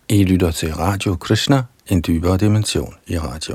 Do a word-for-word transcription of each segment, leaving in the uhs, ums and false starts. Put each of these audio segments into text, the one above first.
I lytter til Radio Krishna, en dybere dimension i radio.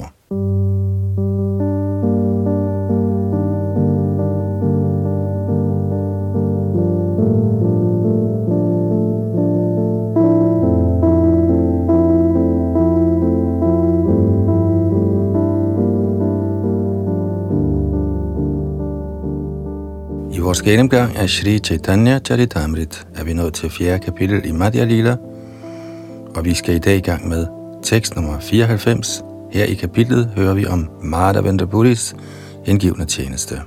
I vores gennemgang af Shri Chaitanya Charitamrit er vi nået til fjerde kapitel i Madhya Lila, og vi skal i dag i gang med tekst nummer fireoghalvfems. Her i kapitlet hører vi om Madhavendra Puris hengivne tjeneste.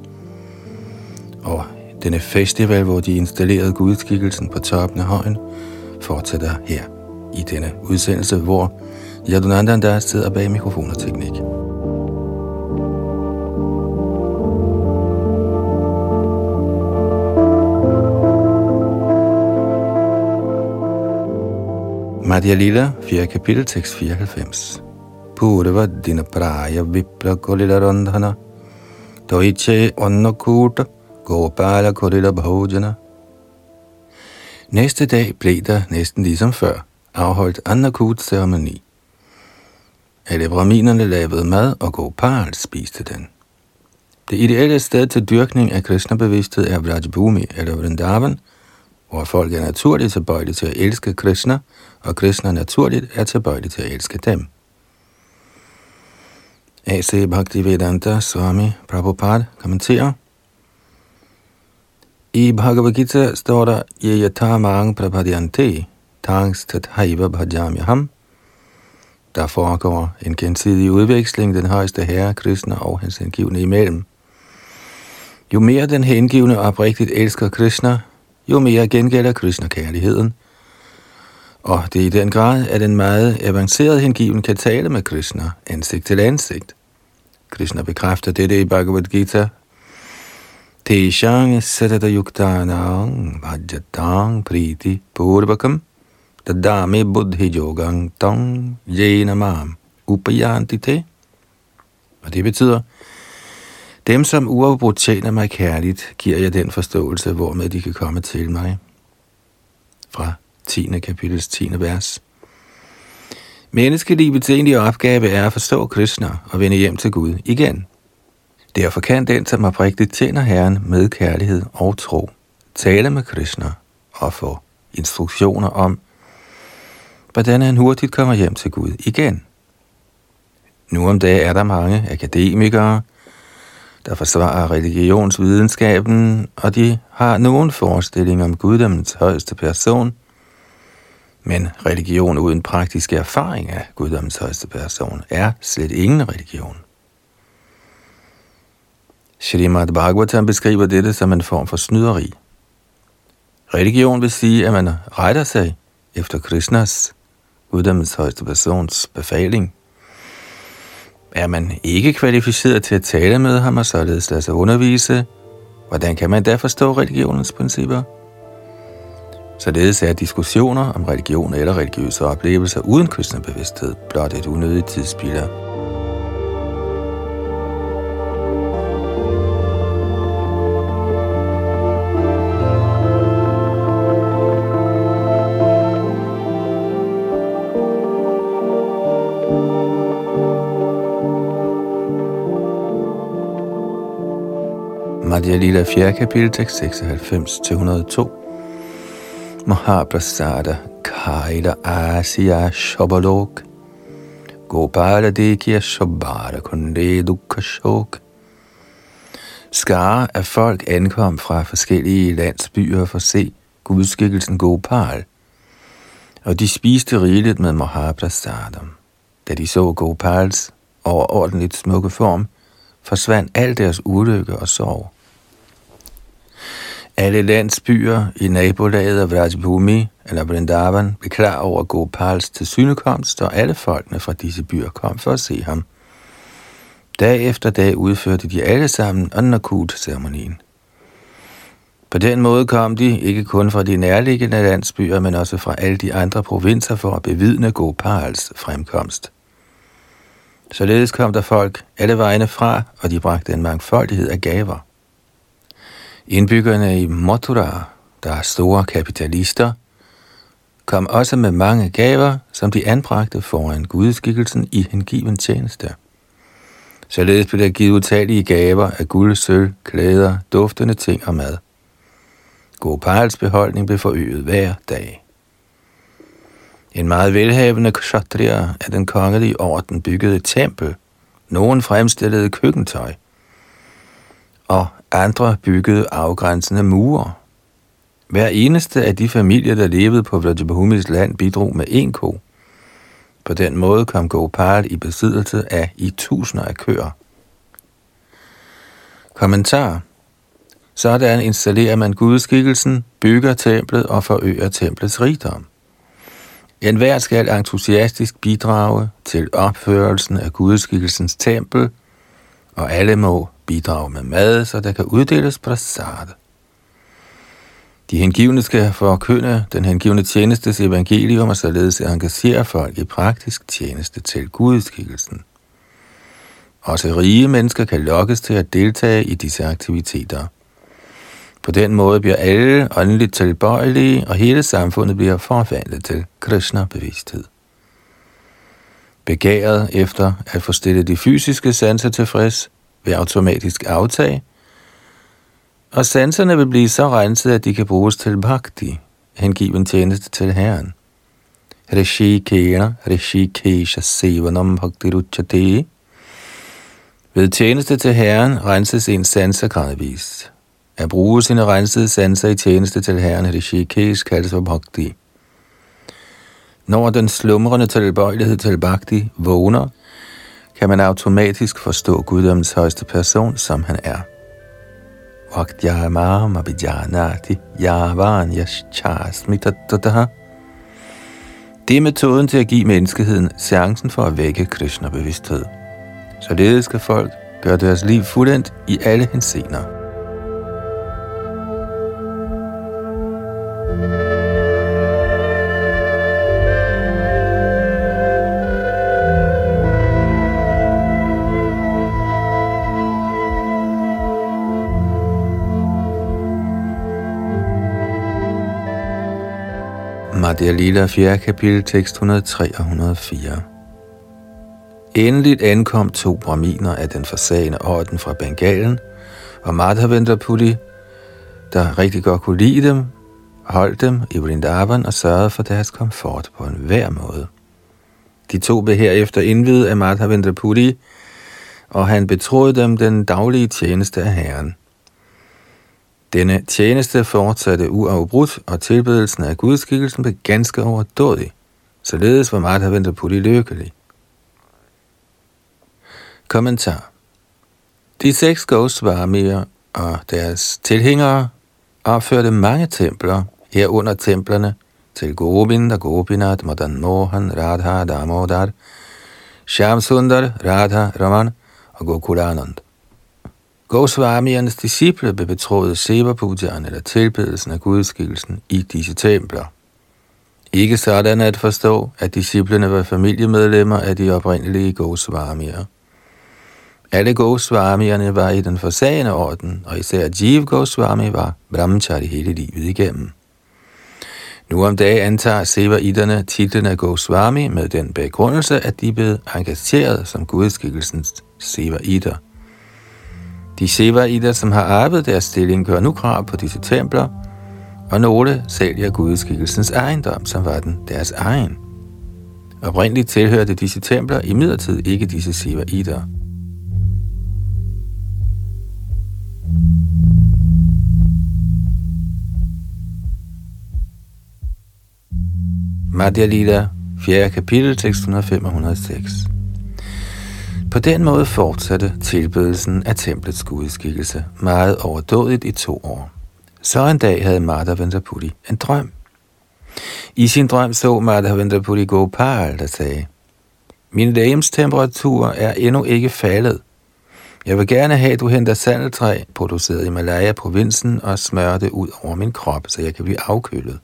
Og denne festival, hvor de installerede gudskikkelsen på toppen af højen, fortsætter her i denne udsendelse, hvor Yadunandan der sidder bag mikrofon og teknik. Madhya Lila, fjerde kapitel, tekst fireoghalvfems. Purva dina praya vipra kolila randhana, doiche onnakuta, gopala kolila bhojana. Næste dag blev der næsten ligesom før afholdt annakut-ceremoni. Alle brahminerne lavede mad, og Gopal spiste den. Det ideelle sted til dyrkning af Krishna-bevidsthed er Vrajabhumi eller Vrindavan, hvor folk er naturligt tilbøjelige til at elske Krishna, og Krishna naturligt er tilbøjelig til at elske dem. A C Bhaktivedanta Swami Prabhupada kommenterer: I Bhagavad Gita står der, Yeyata mang prapadyante, tangs tathaiva bhajamyaham. Der foregår en gensidig udveksling, den højeste herre, Krishna og hans hengivne imellem. Jo mere den hengivne oprigtigt elsker Krishna, jo mere gengælder Krishna kærligheden. Og det er i den grad, at en meget avanceret hengiven kan tale med Krishna ansigt til ansigt. Krishna bekræfter dette i Bhagavad Gita. Teshang satata yuktanang bhajatang priti purvakam dadami buddhi yogang tang jenamam upayanti te. Og det betyder, dem som uafbrudt tjener mig kærligt, giver jeg den forståelse, hvormed de kan komme til mig. Fra tiende kapitels tiende vers. Menneskelivets egentlige opgave er at forstå Krishna og vende hjem til Gud igen. Derfor kan den, som oprigtigt tjener Herren med kærlighed og tro, tale med Krishna og få instruktioner om, hvordan han hurtigt kommer hjem til Gud igen. Nu om dagen er der mange akademikere, der forsvarer religionsvidenskaben, og de har nogen forestilling om guddommens højeste person, men religion uden praktisk erfaring af guddommens højeste person er slet ingen religion. Srimad Bhagavatam beskriver dette som en form for snyderi. Religion vil sige, at man retter sig efter Krishnas, guddommens højeste persons, befaling. Er man ikke kvalificeret til at tale med ham og således lade sig undervise, hvordan kan man da forstå religionens principper? Således er diskussioner om religion eller religiøse oplevelser uden Krishna-bevidsthed blot et unødigt tidsspilde. Madhya Lila fjerde kapitel, tekst seksoghalvfems til et hundrede og to. Mahaprasada Kaila Asya Shobalok Gopala Dekya Shobara Kunde Dukha Shok. Skare af folk ankom fra forskellige landsbyer for at se gudskikkelsen Gopal, og de spiste rigeligt med Mahaprasadam. Da de så Gopals overordentligt smukke form, forsvandt al deres ulykke og sorg. Alle landsbyer i nabolaget af Vrajabhumi eller Vrindavan blev klar over Gopals tilsynekomst, og alle folkene fra disse byer kom for at se ham. Dag efter dag udførte de alle sammen annakut-ceremonien. På den måde kom de ikke kun fra de nærliggende landsbyer, men også fra alle de andre provinser for at bevidne Gopals fremkomst. Således kom der folk alle vegne fra, og de bragte en mangfoldighed af gaver. Indbyggerne i Mathura, der er store kapitalister, kom også med mange gaver, som de anbragte foran gudskikkelsen i hengiven tjeneste. Således blev der givet utallige gaver af guld, sølv, klæder, duftende ting og mad. Gopals beholdning blev forøget hver dag. En meget velhavende kshatriya af den kongelige orden byggede et tempel. Nogen fremstillede køkkentøj, og andre byggede afgrænsende mure. Hver eneste af de familier, der levede på Vrajabhumis land, bidrog med en ko. På den måde kom Gopal i besiddelse af i tusinder af køer. Kommentar. Sådan installerer man gudskikkelsen, bygger templet og forøger templets rigdom. Enhver skal entusiastisk bidrage til opførelsen af gudskikkelsens tempel, og alle må bidrage med mad, så der kan uddeles prasad. De hengivne skal forkynde den hengivne tjenestes evangelium og således engagere folk i praktisk tjeneste til gudskikkelsen. Også rige mennesker kan lokkes til at deltage i disse aktiviteter. På den måde bliver alle åndeligt tilbøjelige, og hele samfundet bliver forvandlet til Krishna-bevidsthed. Begæret efter at få stillet de fysiske sanser tilfreds vil automatisk aftage, og sanserne vil blive så renset, at de kan bruges til bhakti, hengiven tjeneste til Herren. Rishikena, Rishikesha Sevanam Bhaktiruchate. Ved tjeneste til Herren renses ens sanser gradvist. At bruge sine rensede sanser i tjeneste til Herren Rishikesh kaldes for bhakti. Når den slumrende tilbøjelighed til bhakti vågner, kan man automatisk forstå guddommens højeste person, som han er. Vaktyahamam abhijanati yavan yashchasmitataha. Det er metoden til at give menneskeheden chancen for at vække Krishna-bevidsthed. Således skal folk gøre deres liv fuldendt i alle henseender. Madhya Lila, fjerde kapitel, tekst et hundrede og tre og et hundrede og fire. Endeligt ankom to brahminer af den forsagende orden fra Bengalen, og Madhavendra Puri, der rigtig godt kunne lide dem, holdt dem i Vrindavan og sørgede for deres komfort på en hver måde. De to blev herefter indviet af Madhavendra Puri, og han betroede dem den daglige tjeneste af Herren. Denne tjeneste fortsatte uafbrudt, og tilbedelsen af gudskikkelsen blev ganske overdådig. Således var Madhavendra Puri lykkelig. Kommentar. De seks Goswamier og deres tilhængere opførte mange templer, herunder templerne til Govinda, Gopinath, Madan Mohan, Radha, Damodar, Shyam Sundar, Radha, Raman og Gokulanand. Goswamiernes disciple blev betroet Seva-pujaen eller tilbedelsen af gudskikkelsen i disse templer. Ikke sådan at forstå, at disciplene var familiemedlemmer af de oprindelige Goswamier. Alle Goswamierne var i den forsagende orden, og især Jiva Goswami var brahmachari hele livet igennem. Nu om dagen antager Seva-iderne titlen af Goswami med den begrundelse, at de blev engageret som gudskikkelsens Seva-ider. De Seva-ider, som har arvet deres stilling, gør nu krav på disse templer, og nogle sælger gudskikkelsens ejendom, som var den deres egen. Oprindeligt tilhørte disse templer imidlertid ikke disse Seva-ider. Madhya Lila, fjerde kapitel, tekst et hundrede og fem og et hundrede og seks. På den måde fortsatte tilbedelsen af templets gudskikkelse meget overdådigt i to år. Så en dag havde Madhavendra Puri en drøm. I sin drøm så Madhavendra Puri Gopal, der sagde: Min legems temperatur er endnu ikke faldet. Jeg vil gerne have, at du henter sandeltræ, produceret i Himalaya-provinsen, og smører det ud over min krop, så jeg kan blive afkølet.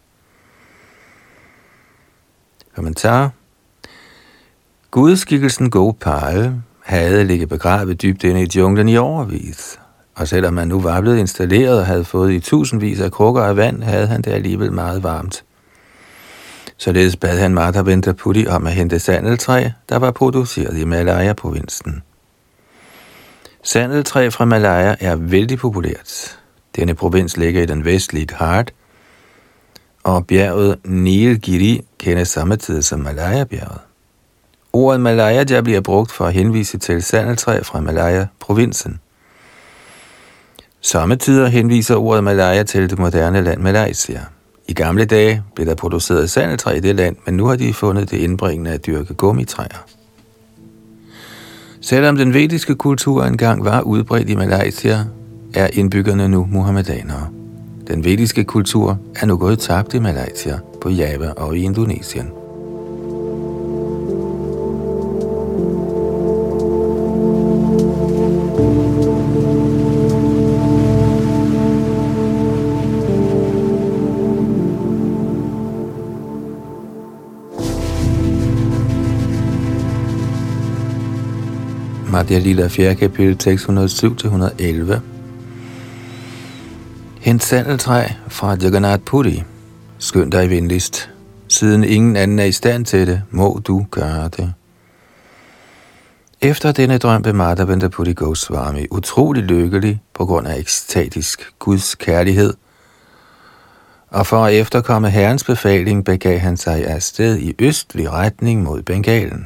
Kommentar. Gudskikkelsen Gopal havde ligget begravet dybt inde i junglen i årevis, og selvom han nu var blevet installeret og havde fået i tusindvis af krukker af vand, havde han det alligevel meget varmt. Således bad han Madhavendra Puri om at hente sandeltræ, der var produceret i Malaya-provinsen. Sandeltræ fra Malaya er vældig populært. Denne provins ligger i den vestlige Ghat, og bjerget Nilgiri kendes samtidig som Malaya-bjerget. Ordet Malaya bliver brugt for at henvise til sandeltræ fra Malaya-provinsen. Samtidig henviser ordet Malaya til det moderne land Malaysia. I gamle dage blev der produceret sandeltræ i det land, men nu har de fundet det indbringende at dyrke gummitræer. Selvom den vediske kultur engang var udbredt i Malaysia, er indbyggerne nu muhammedanere. Den vediske kultur er nu gået tabt i Malaysia, på Java og i Indonesien. Madhya Lila fjerde kapitel, tekst et hundrede og syv til et hundrede og elleve. Hent sandeltræ fra Jagannath Puri. Skynd dig venligst. Siden ingen anden er i stand til det, må du gøre det. Efter denne drøm blev Madhavendra Puri Goswami utrolig lykkelig på grund af ekstatisk Guds kærlighed, og for at efterkomme Herrens befaling begav han sig afsted i østlig retning mod Bengalen.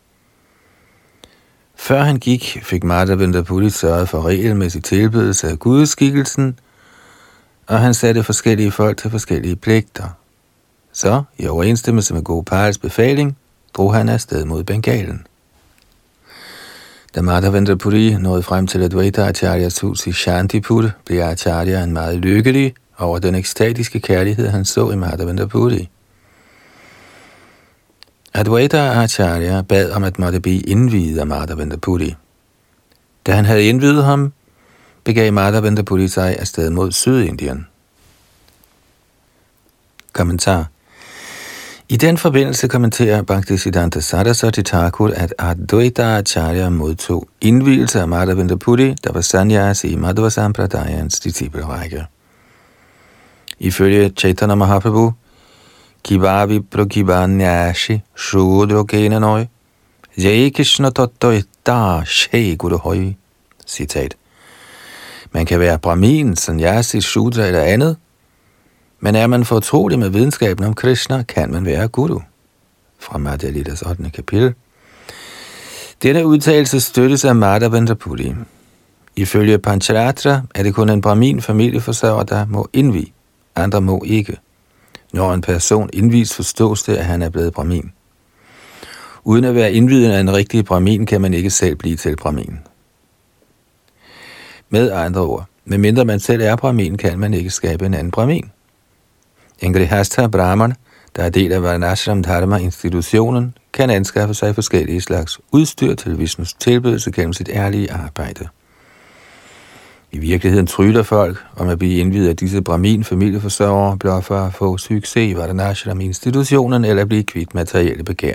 Før han gik, fik Madhavendra Puri sørget for regelmæssig tilbedelse af gudskikkelsen, og han satte forskellige folk til forskellige pligter. Så, i overensstemmelse med Gopals befaling, drog han afsted mod Bengalen. Da Madhavendra Puri nåede frem til Advaita Acharyas hus i Shantipur, blev Acharyaen meget lykkelig over den ekstatiske kærlighed, han så i Madhavendra Puri. Advaita Acharya bad om at måtte blive indviet af Madhavendra Puri. Da han havde indviet ham, begav Madhavendra Puri sig afsted mod Sydindien. Kommentar. I den forbindelse kommenterer Bhaktisiddhanta Saraswati Thakur, at Advaita Acharya modtog indvielse af Madhavendra Puri, der var sannyasi i Madhva Sampradayans disciplerække. Ifølge Chaitanya Mahaprabhu, Kiva vipro kiva nyashi shudro kenanoi, jai krishna tattvaita shai guru hoi. Citat. Man kan være brahmin, sannyasi, shudra eller andet, men er man fortrolig med videnskaben om Krishna, kan man være guru. Fra Madhya Lilas ottende kapitel. Denne udtalelse støttes af Madhavendra Puri. Ifølge Pancharatra er det kun en brahmin familieforsørger, der må indvie. Andre må ikke. Når en person indvies, forstås det, at han er blevet brahmin. Uden at være indviet af en rigtig brahmin, kan man ikke selv blive til brahmin. Med andre ord, medmindre man selv er brahmin, kan man ikke skabe en anden brahmin. En grihastha brahman, der er del af Varnashram Dharma-institutionen, kan anskaffe sig forskellige slags udstyr til Vishnus tilbedelse gennem sit ærlige arbejde. I virkeligheden tryller folk om at blive indviet af disse brahmin-familieforsørgere, blot for at få succes i Varnashram-institutionen eller blive kvidt materielle begær.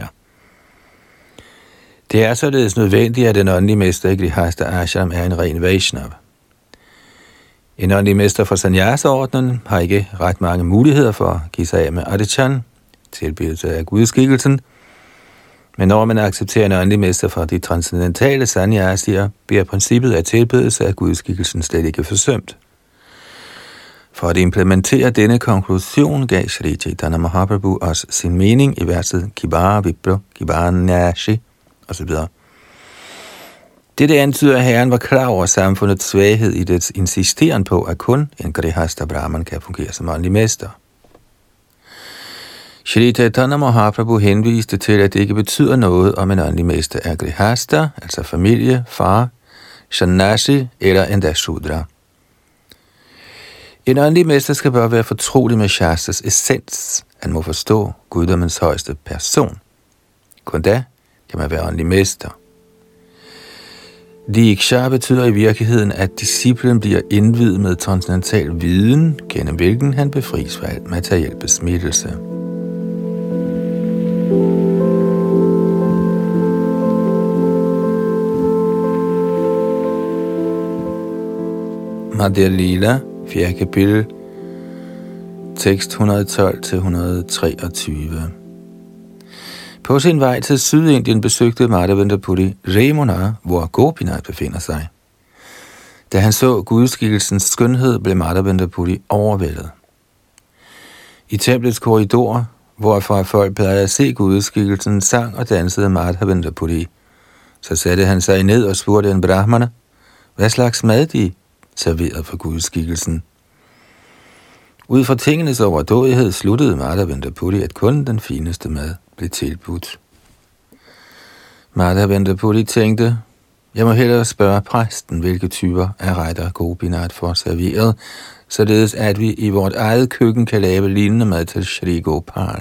Det er således nødvendigt, at den åndelige mester i Grihastha Ashram er en ren Vaishnav. En åndelig mester for sannyasa-ordenen har ikke ret mange muligheder for at give sig af med adichan, tilbedelse af gudskikkelsen, men når man accepterer en åndelig mester for de transcendentale sannyasier, bliver princippet af tilbedelse af gudskikkelsen slet ikke forsømt. For at implementere denne konklusion gav Shri Chaitanya Mahaprabhu os sin mening i verset Kiva vipro kiva nyashi osv. Dette antyder, at Herren var klar over samfundets svaghed i dets insisteren på, at kun en Grihastha Brahman kan fungere som åndelig mester. Shri Chaitanya Mahaprabhu henviste til, at det ikke betyder noget, om en åndelig mester er Grihastha, altså familie, far, sannyasi eller endda shudra. En åndelig mester skal bare være fortrolig med Shastras essens. Han må forstå guddommens højeste person. Kun da kan man være åndelig mester. Diksha betyder i virkeligheden, at disciplen bliver indviet med transcendental viden, gennem hvilken han befries fra alt materiel besmittelse. Madhya Lila, fjerde kapitel, tekst et hundrede og tolv til et hundrede og treogtyve. På sin vej til Sydindien besøgte Madhavendra Puri Remuna, hvor Gopinath befinder sig. Da han så gudskikkelsens skønhed, blev Madhavendra Puri overvældet. I templets korridor, hvorfra folk plejede at se gudskikkelsen, sang og dansede Madhavendra Puri. Så satte han sig ned og spurgte en brahmana, hvad slags mad de serverede for gudskikkelsen. Ud fra tingenes overdådighed sluttede Madhavendra Puri, at kun den fineste mad blev tilbudt. Madhavendra Puri tænkte, jeg må hellere spørge præsten, hvilke typer af retter Gopinath får serveret, således at vi i vort eget køkken kan lave lignende mad til Shri Gopal.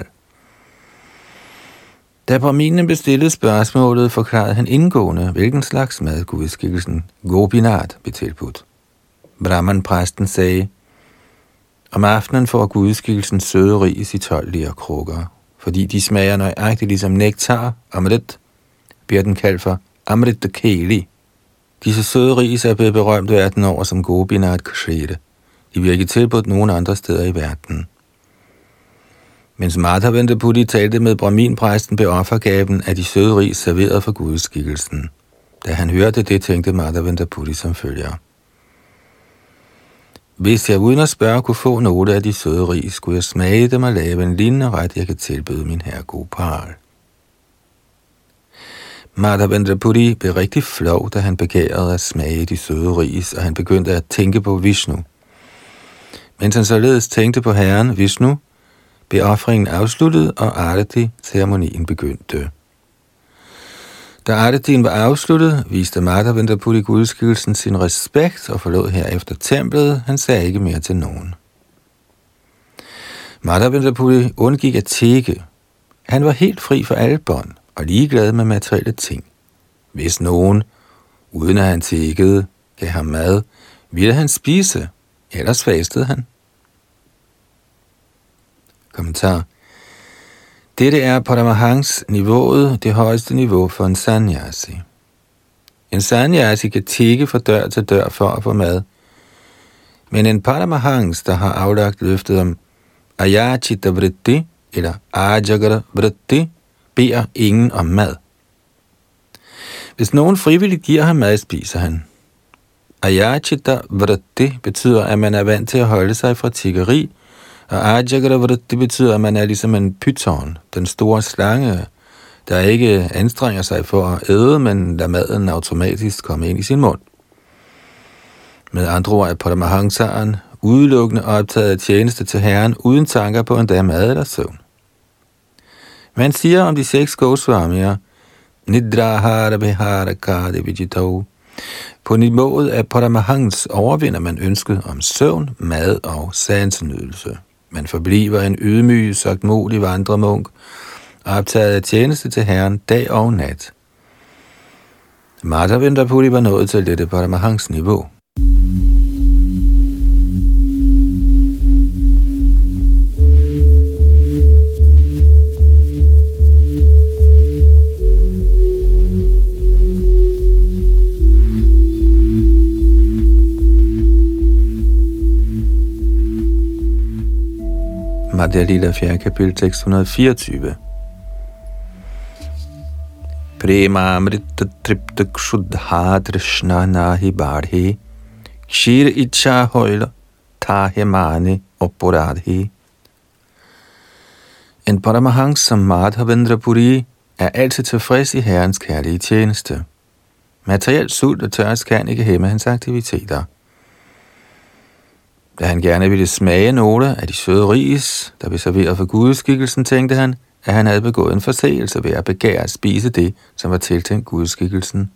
Da Brahminen bestillede spørgsmålet, forklarede han indgående, hvilken slags mad gudskikkelsen Gopinath blev tilbudt. Brahman-præsten sagde, om aftenen får gudskikkelsen søde ris i tolv ler krukker, fordi de smager nøjagtigt ligesom nektar, amrit, bliver den kaldt for amrit keli. Disse søde ris er blevet berømt verden over som Gopinath Kshire. De bliver ikke tilbudt nogen andre steder i verden. Mens Madhavendra Puri talte med Brahmin-præsten, blev offergaven af de søde ris serveret for gudskikkelsen. Da han hørte det, tænkte Madhavendra Puri som følger. Hvis jeg uden at spørge kunne få nogle af de søde ris, skulle jeg smage dem og lave en lignende ret, jeg kan tilbyde min herre Gopal. Madhavendra Puri blev rigtig flov, da han begærede at smage de søde ris, og han begyndte at tænke på Vishnu. Mens han således tænkte på herren Vishnu, blev offringen afsluttet, og arati-ceremonien begyndte. Da aratien var afsluttet, viste Madhavendra Puri gudskikkelsen sin respekt og forlod herefter templet. Han sagde ikke mere til nogen. Madhavendra Puri undgik at tigge. Han var helt fri for alle bånd og ligeglad med materielle ting. Hvis nogen, uden at han tiggede, gav ham mad, ville han spise, ellers fastede han. Kommentar. Dette er Paramahans niveauet, det højeste niveau for en sannyasi. En sannyasi kan tigge fra dør til dør for at få mad. Men en Paramahans, der har aflagt løftet om ayachita vritti eller ajagara vritti, beder ingen om mad. Hvis nogen frivilligt giver ham mad, spiser han. Ayachita vritti betyder, at man er vant til at holde sig fra tiggeri, og ajagara vritti betyder, at man er ligesom en python, den store slange, der ikke anstrenger sig for at æde, men lader maden automatisk komme ind i sin mund. Med andre ord er Paramahansaren udelukkende optaget af tjeneste til herren, uden tanker på endda mad eller søvn. Man siger om de seks Goswamier, Nidrahara Vihara Kade Vijitau. På niveauet af Paramahans overvinder man ønsket om søvn, mad og sansenydelse. Man forbliver en ydmyg, sagtmodig vandremunk, optaget af tjeneste til herren dag og nat. Madhavendra Puri var nået til dette Paramahans niveau. Madhya Lila fjerde kapitel tekst et hundrede og fireogtyve. Prema amrita tripta kshuddha drishna nahi bardhi kshir icha hoila tahe mani oporadhi. En Paramahans som Madhavendra Puri er altid tilfreds i herrens kærlige tjeneste. Materiel sult og tørst kan ikke hæmme hans aktiviteter. Da han gerne ville smage nogle af de søde ris, der blev serveret for gudskikkelsen, tænkte han, at han havde begået en forseelse ved at begære at spise det, som var tiltænkt gudskikkelsen.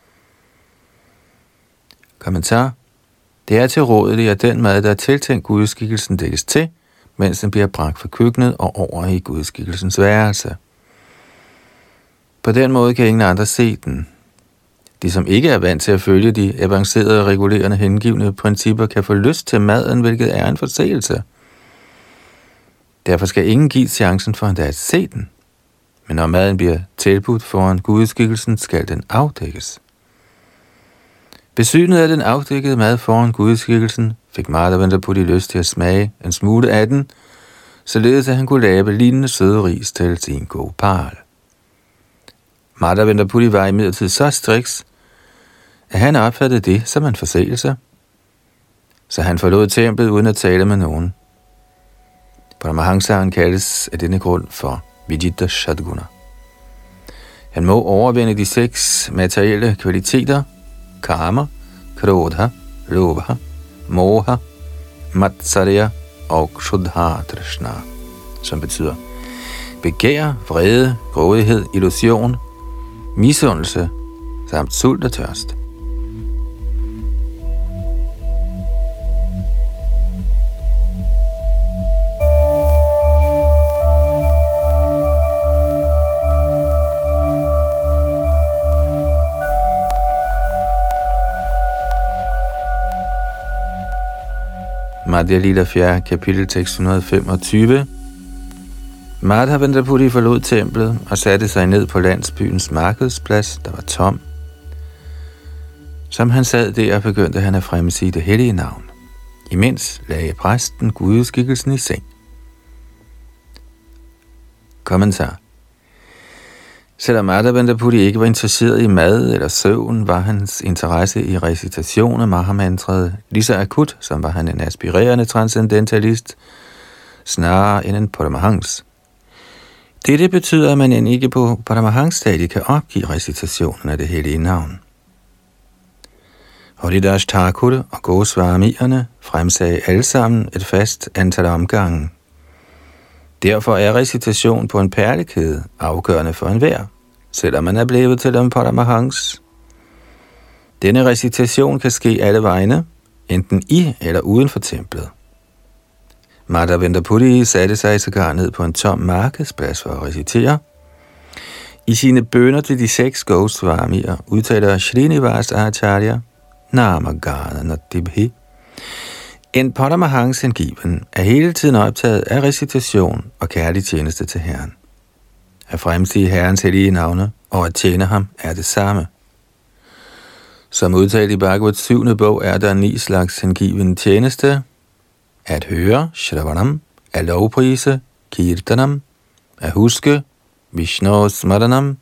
Kommentar. Det er tilrådeligt, at den mad, der er tiltænkt gudskikkelsen, dækkes til, mens den bliver bragt fra køkkenet og over i gudskikkelsens værelse. På den måde kan ingen andre se den. De, som ikke er vant til at følge de avancerede, regulerende, hengivne principper, kan få lyst til maden, hvilket er en forseelse. Derfor skal ingen give chancen for endda at se den. Men når maden bliver tilbudt foran gudskikkelsen, skal den afdækkes. Besynet af den afdækkede mad foran gudskikkelsen fik Madhavendra Puri lyst til at smage en smule af den, således at han kunne lave lignende søde ris til sin Gopal. Madhavendra Puri var imidlertid så striks, at han opfattede det som en forseelse, så han forlod templet uden at tale med nogen. Paramahansaren kaldes af denne grund for Vijita Sadguna. Han må overvinde de seks materielle kvaliteter, karma, krodha, lobha, moha, matsarya og kshuddha trishna, som betyder begær, vrede, grådighed, illusion, misundelse samt sult og tørst. Madhya Lila fjerde kapitel tekst et hundrede og femogtyve. Madhavendra Puri forlod templet og satte sig ned på landsbyens markedsplads, der var tom. Som han sad der, begyndte han at fremsige det hellige navn. Imens lagde præsten gudeskikkelsen i seng. Kommentar. Selvom Madhavendra Puri ikke var interesseret i mad eller søvn, var hans interesse i recitation af Mahamantraet lige så akut, som var han en aspirerende transcendentalist, snarere end en Paramahans. Dette betyder, at man end ikke på Paramahans-stadiet kan opgive recitationen af det hellige navn. Haridas Thakur og Goswamierne fremsagde alle sammen et fast antal omgange. Derfor er recitation på en perlekæde afgørende for enhver, selvom man er blevet til en Paramahans. Denne recitation kan ske alle vegne, enten i eller uden for templet. Madhavendra Puri satte sig sågar ned på en tom markedsplads for at recitere. I sine bønner til de seks Goswamier udtaler Srinivas Acharya Namagana Natibhi. En Paramahans hengiven er hele tiden optaget af recitation og kærlig tjeneste til Herren. At fremsige Herrens hellige navne og at tjene ham er det samme. Som udtalt i Bhagavats syvende bog er der ni slags hengiven tjeneste: at høre, Shravanam, at lovprise, Kirtanam, at huske, Vishnu Smaranam,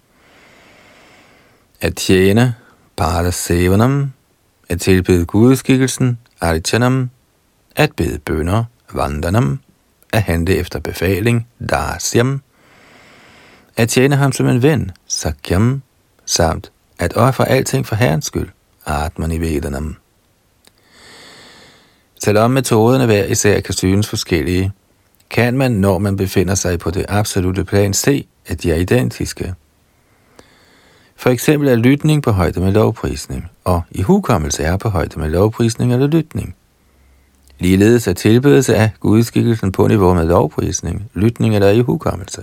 at tjene, Parasevanam, at tilbede gudeskikkelsen, Arichanam, at bede bønner, Vandanam, at handle efter befaling, Dasyam, at tjene ham som en ven, Sakyam, samt at ofre alting for Herrens skyld, Atmanivedanam. Selvom metoderne hver især kan synes forskellige, kan man, når man befinder sig på det absolute plan, se, at de er identiske. For eksempel er lytning på højde med lovprisning, og ihukommelse er på højde med lovprisning eller lytning. Ligeledes er tilbedelse af gudskikkelsen på niveau med lovprisning, lytning eller ihukommelse.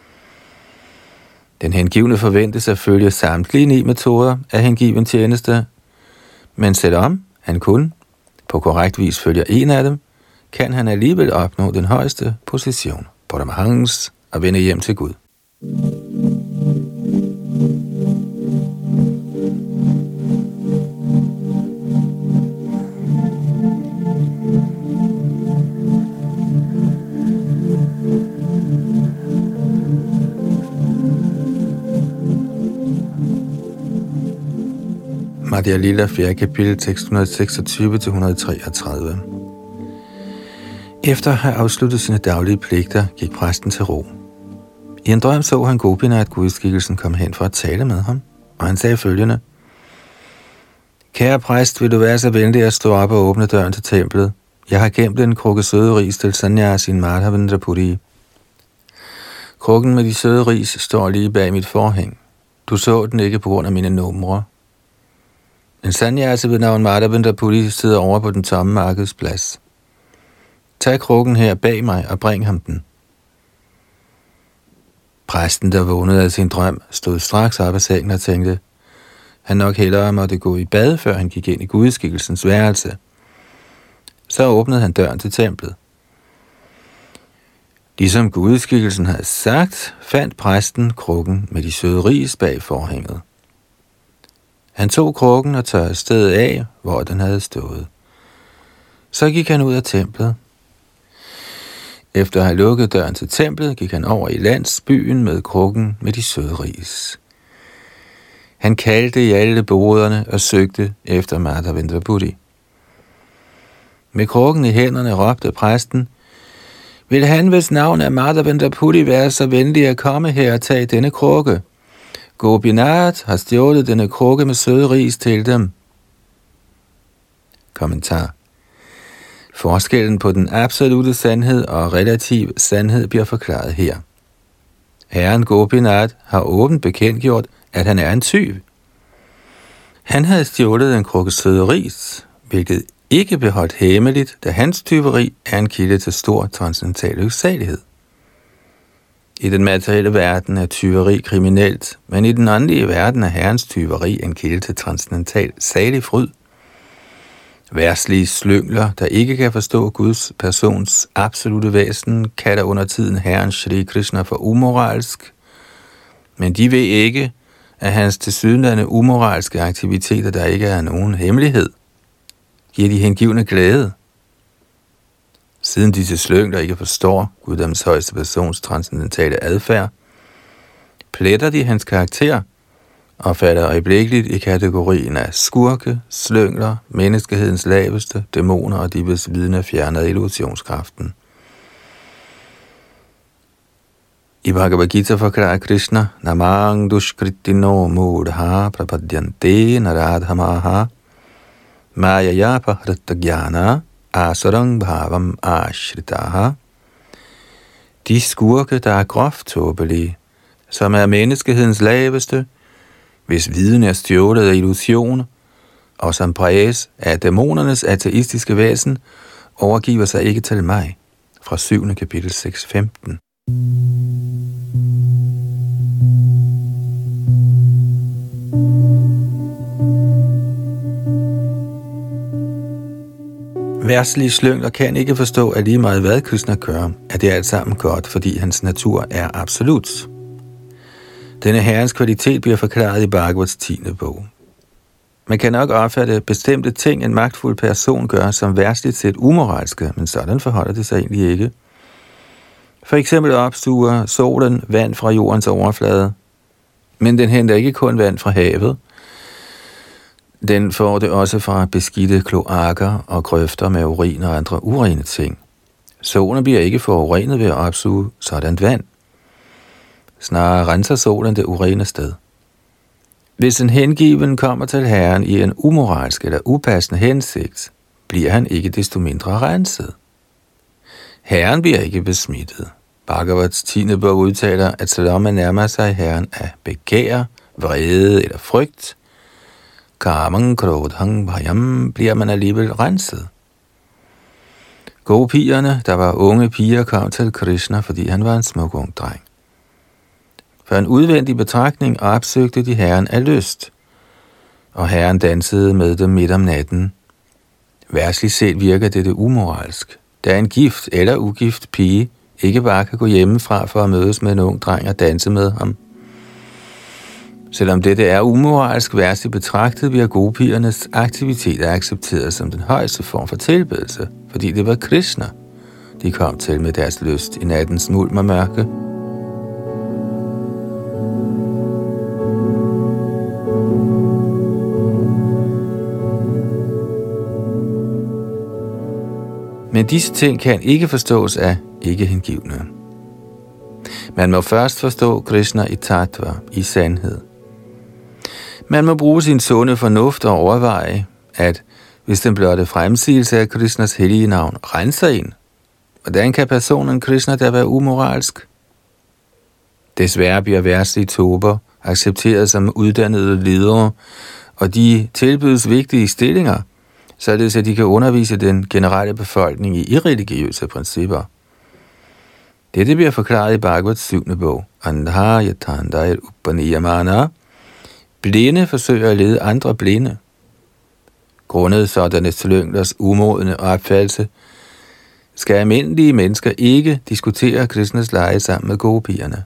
Den hengivne forventes at følge samtlige ni metoder af hengiven tjeneste, men selvom han kun på korrekt vis følger en af dem, kan han alligevel opnå den højeste position, Paramahans, og vende hjem til Gud. Madhya Lila fjerde kapitel tekst et hundrede og seksogtyve til et hundrede og treogtredive. Efter at have afsluttet sine daglige pligter, gik præsten til ro. I en drøm så han Gopinath gudskikkelsen kom hen for at tale med ham, og han sagde følgende: Kære præst, vil du være så venlig at stå op og åbne døren til templet? Jeg har gemt en krukke søde ris til Sannyasin Madhavendra Puri. Krukken med de søde ris står lige bag mit forhæng. Du så den ikke på grund af mine numre. En sannyasi ved navn Madhavendra Puri sidder over på den tomme markedsplads. Tag krukken her bag mig og bring ham den. Præsten, der vågnede af sin drøm, stod straks op af sengen og tænkte, han nok hellere måtte gå i bad, før han gik ind i gudskikkelsens værelse. Så åbnede han døren til templet. Ligesom gudskikkelsen havde sagt, fandt præsten krukken med de søde ris bag forhænget. Han tog krukken og tørrede stedet af, hvor den havde stået. Så gik han ud af templet. Efter at have lukket døren til templet, gik han over i landsbyen med krukken med de søde ris. Han kaldte i alle boderne og søgte efter Madhavendra Puri. Med krukken i hænderne råbte præsten: vil han, hvis navn er Madhavendra Puri, være så venlig at komme her og tage denne krukke? Gopinath har stjålet denne krukke med søde ris til dem. Kommentar. Forskellen på den absolute sandhed og relativ sandhed bliver forklaret her. Herren Gopinath har åbent bekendtgjort, at han er en tyv. Han havde stjålet en krukke søde ris, hvilket ikke blev holdt hemmeligt, da hans tyveri er en kilde til stor transcendental lyksalighed. I den materielle verden er tyveri kriminelt, men i den åndelige verden er herrens tyveri en kilde til transcendental salig fryd. Værslige slyngler, der ikke kan forstå Guds persons absolute væsen, kalder under tiden herren Shri Krishna for umoralsk, men de ved ikke, at hans tilsyneladende umoralske aktiviteter, der ikke er nogen hemmelighed, giver de hengivne glæde. Siden disse slyngler ikke forstår Guddoms højeste persons transcendentale adfærd, pletter de hans karakter og falder øjeblikkeligt i kategorien af skurke, slyngler, menneskehedens laveste, dæmoner og de hvis vidne fjernede illusionskraften. I Bhagavad Gita forklarer Krishna: Namang dushkritino mudha prapadyante naradhamaha mayaya pahrittagyana asarang bhavam ashritaha. De skurke, der er groft tåbelige, som er menneskehedens laveste, hvis viden er stjålet af illusioner, og som præges af dæmonernes ateistiske væsen, overgiver sig ikke til mig. Fra syvende kapitel seks femten. Værslige slyngler kan ikke forstå, at lige meget hvad Krishna gør, at det er alt sammen godt, fordi hans natur er absolut. Denne herrens kvalitet bliver forklaret i Bhagavats tiende bog. Man kan nok opfatte bestemte ting, en magtfuld person gør, som værsligt set umoralske, men sådan forholder det sig egentlig ikke. For eksempel opsuger solen vand fra jordens overflade, men den henter ikke kun vand fra havet. Den får det også fra beskidte kloakker og grøfter med urin og andre urene ting. Solen bliver ikke forurenet ved at opsuge sådan vand. Snarere renser solen det urene sted. Hvis en hengiven kommer til Herren i en umoralsk eller upassende hensigt, bliver han ikke desto mindre renset. Herren bliver ikke besmittet. Bhagavats tiende bog udtaler, at selvom man nærmer sig Herren af begær, vrede eller frygt, kamang krodhang bhayam, bliver man alligevel renset. Gopierne, der var unge piger, kom til Krishna, fordi han var en smuk ung dreng. For en udvendig betragtning opsøgte de Herren af lyst, og Herren dansede med dem midt om natten. Værsligt set virker dette umoralsk, da en gift eller ugift pige ikke bare kan gå hjemmefra for at mødes med en ung dreng og danse med ham. Selvom dette er umoralsk værsligt betragtet, bliver gopiernes aktiviteter accepteret som den højeste form for tilbedelse, fordi det var Krishna, de kom til med deres lyst i nattens mulm og mørke. Men disse ting kan ikke forstås af ikke-hengivne. Man må først forstå Krishna i tattva, i sandhed. Man må bruge sin sunde fornuft og overveje, at hvis den blotte fremsigelse af Krishnas hellige navn renser en, hvordan kan personen Krishna da være umoralsk? Desværre bliver værslige tober accepteret som uddannede ledere, og de tilbydes vigtige stillinger, således at de kan undervise den generelle befolkning i irreligiøse principper. Dette bliver forklaret i Bhagavats syvende bog, Andha Yathandayat Upaniyamana. Blinde forsøger at lede andre blinde. Grundet sådanne slynglers umodne opfattelse, skal almindelige mennesker ikke diskutere Krishnas lege sammen med gopierne.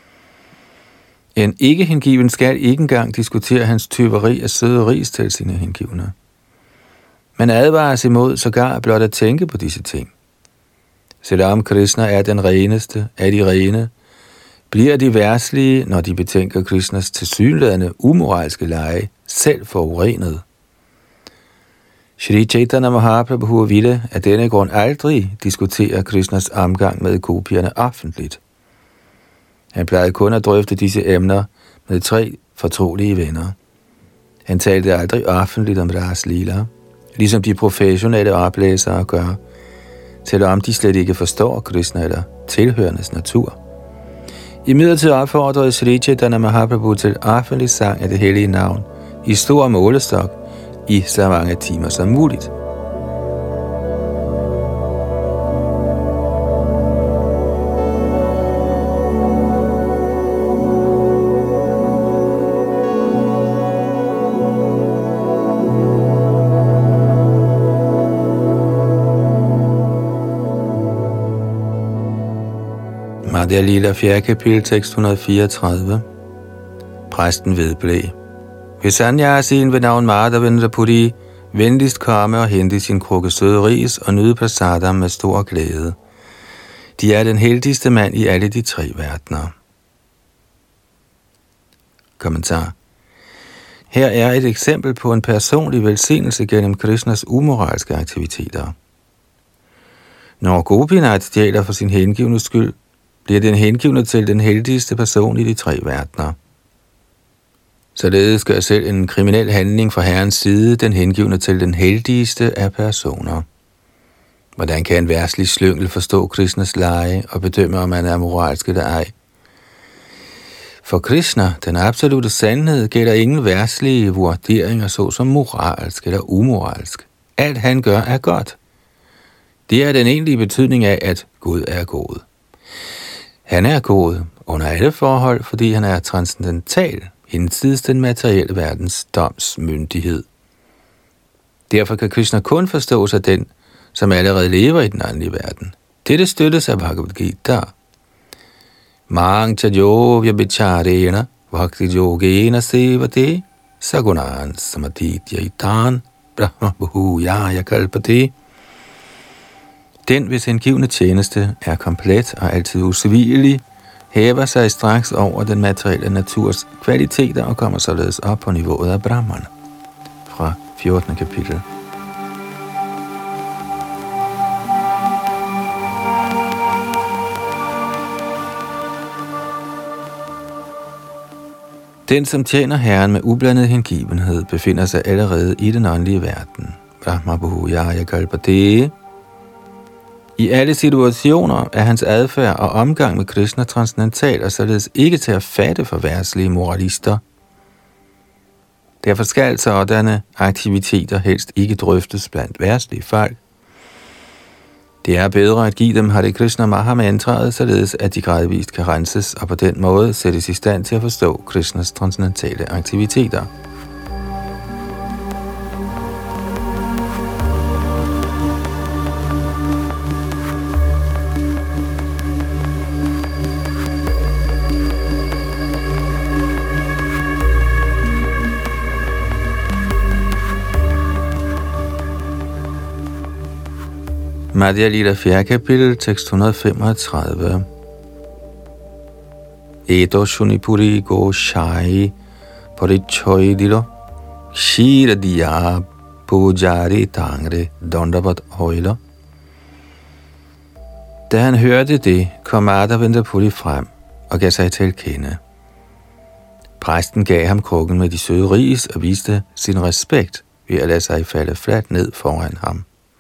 En ikke-hengiven skal ikke engang diskutere hans tyveri af søde ris til sine hengivne. Man advares imod sågar blot at tænke på disse ting. Selvom Krishna er den reneste af de rene, bliver de verdslige, når de betænker Krishnas tilsyneladende umoralske lege, selv forurenet. Shri Chaitanya Mahaprabhu ville af denne grund aldrig diskutere Krishnas omgang med gopierne offentligt. Han plejede kun at drøfte disse emner med tre fortrolige venner. Han talte aldrig offentligt om Ras Lila, ligesom de professionelle oplæsere gør, selvom de slet ikke forstår Krishna eller tilhørendes natur. Imidlertid opfordrede Shri Chaitanya Mahaprabhu til offentlig sang af det hellige navn i stor målestok i så mange timer som muligt. Madhya Lila fjerde kapitel, tekst et hundrede og fireogtredive. Præsten vedblev: Hvis sannyasin ved navn Madhavendra Puri venligst komme og hente sin krukke søde ris og nyde prasadam med stor glæde. De er den heldigste mand i alle de tre verdener. Kommentar. Her er et eksempel på en personlig velsignelse gennem Krishnas umoralske aktiviteter. Når Gopinath stjæler for sin hengivne skyld, bliver den hengivne til den heldigste person i de tre verdener. Således gør selv en kriminel handling fra Herrens side den hengivne til den heldigste af personer. Hvordan kan en verdslig slyngel forstå Krishnas lege og bedømme, om man er moralsk eller ej? For Krishna, den absolute sandhed, gælder ingen verdslige vurderinger såsom moralsk eller umoralsk. Alt han gør er godt. Det er den egentlige betydning af, at Gud er god. Han er god under alle forhold, fordi han er transcendental, hinsides den materielle verdens domsmyndighed. Derfor kan Krishna kun forstås af den, som allerede lever i den åndelige verden. Dette støttes af Bhagavad Gita. Mang chajo vyabicharena bhakti yogena sevate sagunan samadhityaitan brahma bhujaya kalpate. Den, hvis hengivne tjeneste er komplet og altid usvigelig, hæver sig straks over den materielle naturs kvaliteter og kommer således op på niveauet af Brahman. Fra fjortende kapitel. Den, som tjener Herren med ublandet hengivenhed, befinder sig allerede i den åndelige verden. Brahma bhujaya kalpate. I alle situationer er hans adfærd og omgang med Krishna transcendental og således ikke til at fatte for verdslige moralister. Derfor skal sådanne aktiviteter helst ikke drøftes blandt verdslige folk. Det er bedre at give dem Hare Krishna Mahamantraet, således at de gradvist kan renses og på den måde sættes i stand til at forstå Krishnas transcendentale aktiviteter. Madhya Lila fjerde kapitel, tekst et hundrede og femogtredive. Edo shunipuri go shai parichoidilo shiradiya pujari tangre dondavat højler. Da han hørte det, kom Madhavendra Puri frem og gav sig til at kende. Præsten gav ham krukken med de søde ris og viste sin respekt ved at lade sig falde fladt ned foran ham.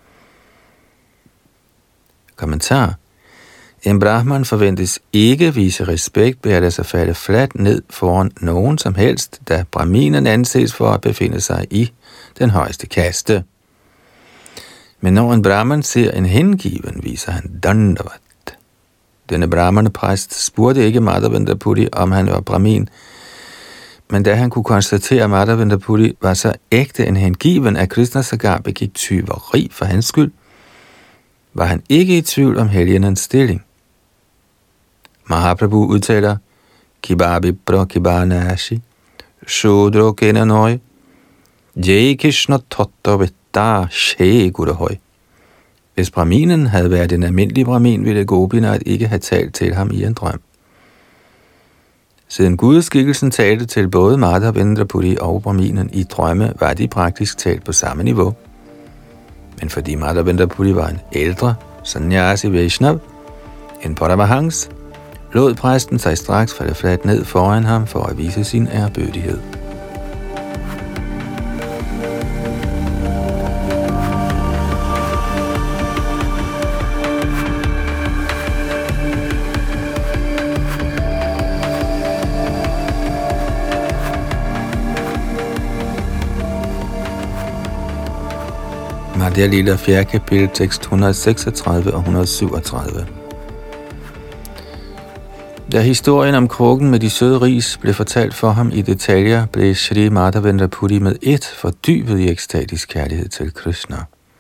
Kommentar. En brahman forventes ikke vise respekt ved at lade sig falde fladt ned foran nogen som helst, da brahminen anses for at befinde sig i den højeste kaste. Men når en brahman ser en hengiven, viser han dandavat. Denne brahmanepræst spurgte ikke Madhavendra Puri, om han var brahmin, men da han kunne konstatere, at Madhavendra Puri var så ægte en hengiven, at Krishna sågar begik tyveri for hans skyld, var han ikke i tvivl om helgenens stilling. Mahaprabhu udtaler, Kibabi bro kibanashi, Shudro kenanoi, Jai Krishna totta vetta she gurahoi. Hvis brahminen havde været en almindelig brahmin, ville Gopinath ikke have talt til ham i en drøm. Siden gudeskikkelsen talte til både Madhavendra Puri og Brahminen i drømme, var de praktisk talt på samme niveau. Men fordi Madhavendra Puri var en ældre sannyasi Vaishnav, en Paramahans, lod præsten sig straks falde fladt ned foran ham for at vise sin ærbødighed. Madhya Lila fjerde kapitel, tekst et hundrede seksogtredive og et hundrede syvogtredive. Da historien om krukken med de søde ris blev fortalt for ham i detaljer, blev Shri Madhavendra Puri med et fordybet i ekstatisk kærlighed til Krishna.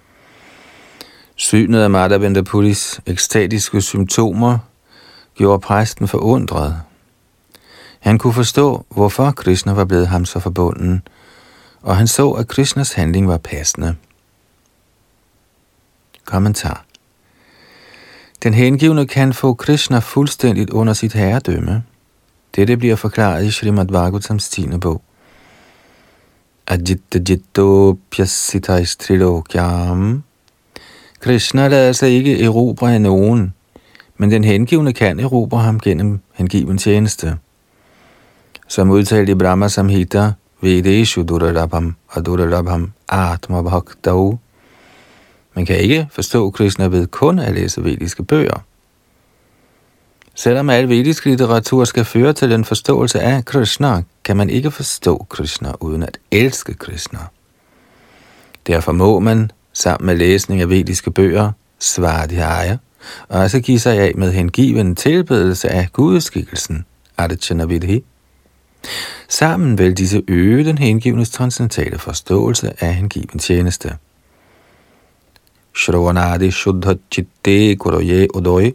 Synet af Madhavendra Puris ekstatiske symptomer gjorde præsten forundret. Han kunne forstå, hvorfor Krishna var blevet ham så forbunden, og han så, at Krishnas handling var passende. Kommentar. Den hengivne kan få Krishna fuldstændigt under sit herredømme. Dette bliver forklaret i Srimad Bhagavatams tiende bog. Ajitta jitto pyasitais trilokyam. Krishna lader sig ikke erobre af nogen, men den hengivne kan erobre ham gennem hengiven tjeneste. Som udtalt i Brahma Samhita, Vedeshu durarabham adurarabham atma bhaktau. Man kan ikke forstå Krishna ved kun at læse vediske bøger. Selvom al vedisk litteratur skal føre til en forståelse af Krishna, kan man ikke forstå Krishna uden at elske Krishna. Derfor må man, sammen med læsning af vediske bøger, svadhyaya, og altså give sig af med hengiven tilbedelse af gudeskikkelsen, Archana Vidhi. Sammen vil disse øge den hengivnes transcendentale forståelse af hengiven tjeneste. Shravanadi shuddha chitte kuroye udoy.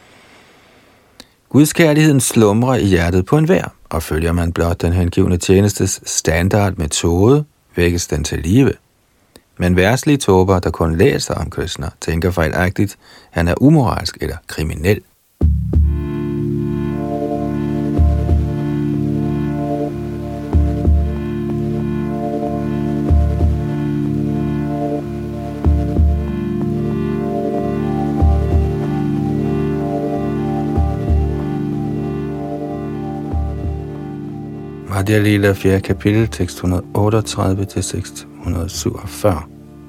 Guds kærligheden slumrer i hjertet på enhver, og følger man blot den hengivne tjenestes standardmetode, vækkes den til live. Men værslige tåber, der kun læser om Krishna, tænker fejlagtigt, han er umoralsk eller kriminel. Madhya Lila fjerde kapitel, tekst et hundrede otteogtredive til seks hundrede syvogfyrre.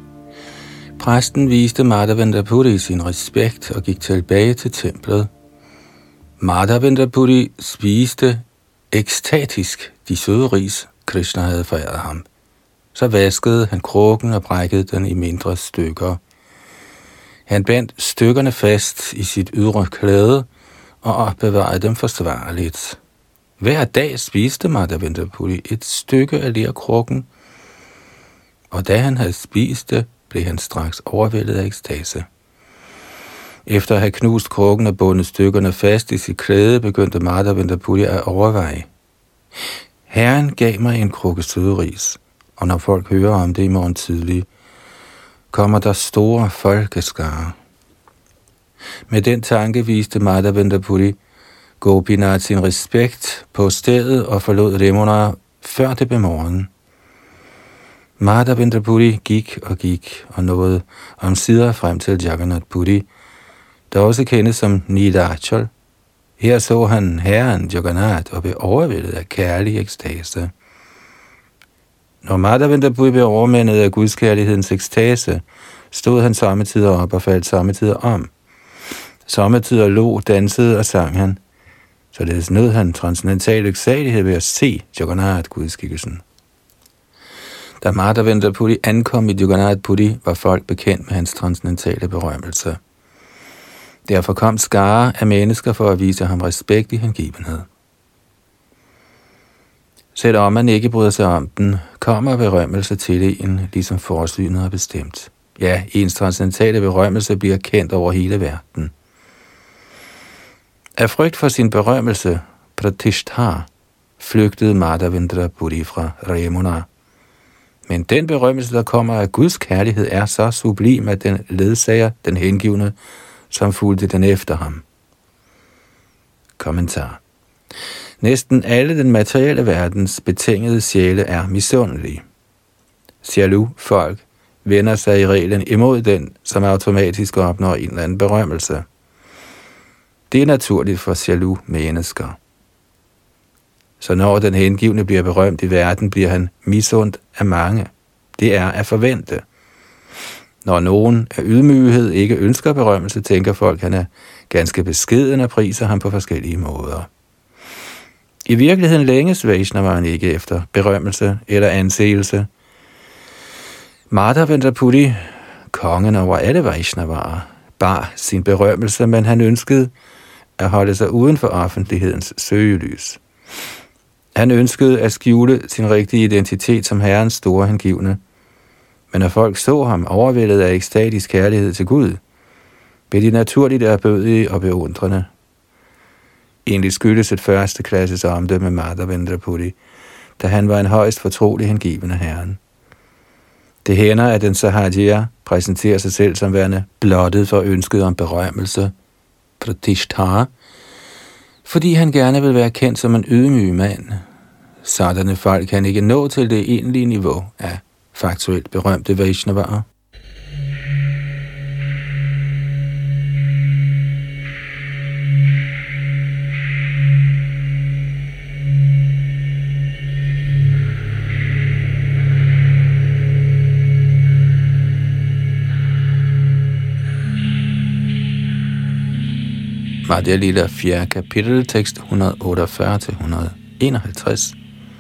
Præsten viste Madhavendra Puri sin respekt og gik tilbage til templet. Madhavendra Puri spiste ekstatisk de søde ris, Krishna havde foræret ham. Så vaskede han krukken og brækkede den i mindre stykker. Han bandt stykkerne fast i sit ydre klæde og opbevarede dem forsvarligt. Hver dag spiste Madhavendra Puri et stykke af lerkrukken, og da han havde spist det, blev han straks overvældet af ekstase. Efter at have knust krukken og bundet stykkerne fast i sit klæde, begyndte Madhavendra Puri at overveje. Herren gav mig en krukke søde ris, og når folk hører om det i morgen tidlig, kommer der store folkeskare. Med den tanke viste Madhavendra Puri Gopinath sin respekt på stedet og forlod Remona før det blev morgen. Madhavendra Puri gik og gik og nåede omsider frem til Jagannath Puri, der også kendes som Nilachal. Her så han herren Jagannath og blev overvældet af kærlig ekstase. Når Madhavendra Puri blev overmændet af gudskærlighedens ekstase, stod han sommetider op og faldt sommetider om. Sommetider lå, dansede og sang han. Således nød han transcendental lyksalighed ved at se Jagannath-gudskikkelsen. Da Madhavendra Puri ankom i Jagannath Puri, var folk bekendt med hans transcendentale berømmelse. Derfor kom skare af mennesker for at vise ham respekt i hengivenhed. Selvom man ikke bryder sig om den, kommer berømmelse til en, ligesom forsynet har bestemt. Ja, ens transcendentale berømmelse bliver kendt over hele verden. Af frygt for sin berømmelse, Pratishtha, flygtede Madhavendra Puri fra Remona. Men den berømmelse, der kommer af Guds kærlighed, er så sublim, at den ledsager den hengivne, som fulgte den efter ham. Kommentar. Næsten alle den materielle verdens betingede sjæle er misundelige. Jaloux folk vender sig i reglen imod den, som automatisk opnår en eller anden berømmelse. Det er naturligt for jaloux mennesker. Så når den hengivne bliver berømt i verden, bliver han misundt af mange. Det er at forvente. Når nogen af ydmyghed ikke ønsker berømmelse, tænker folk, at han er ganske beskeden og priser ham på forskellige måder. I virkeligheden længes Vaishnavaen ikke efter berømmelse eller anseelse. Madhavendra Puri, kongen over alle Vaishnavaer, bar sin berømmelse, men han ønskede at holde sig uden for offentlighedens søgelys. Han ønskede at skjule sin rigtige identitet som Herrens store hengivne. Men når folk så ham overvældet af ekstatisk kærlighed til Gud, blev de naturligt erbødige og beundrende. Egentlig skyldes et første klasses omdømme Madhavendra Puri, da han var en højst fortrolig hengivende Herren. Det hænder, at den Sahajiya præsenterer sig selv som værende blottet for ønsket om berømmelse, pratishtha, fordi han gerne vil være kendt som en ydmyg mand. Sådanne folk kan ikke nå til det egentlige niveau af faktuelt berømte Vaishnavaer. Madhya Lila fjerde kapitel, tekst et hundrede otteogfyrre til et hundrede enoghalvtreds.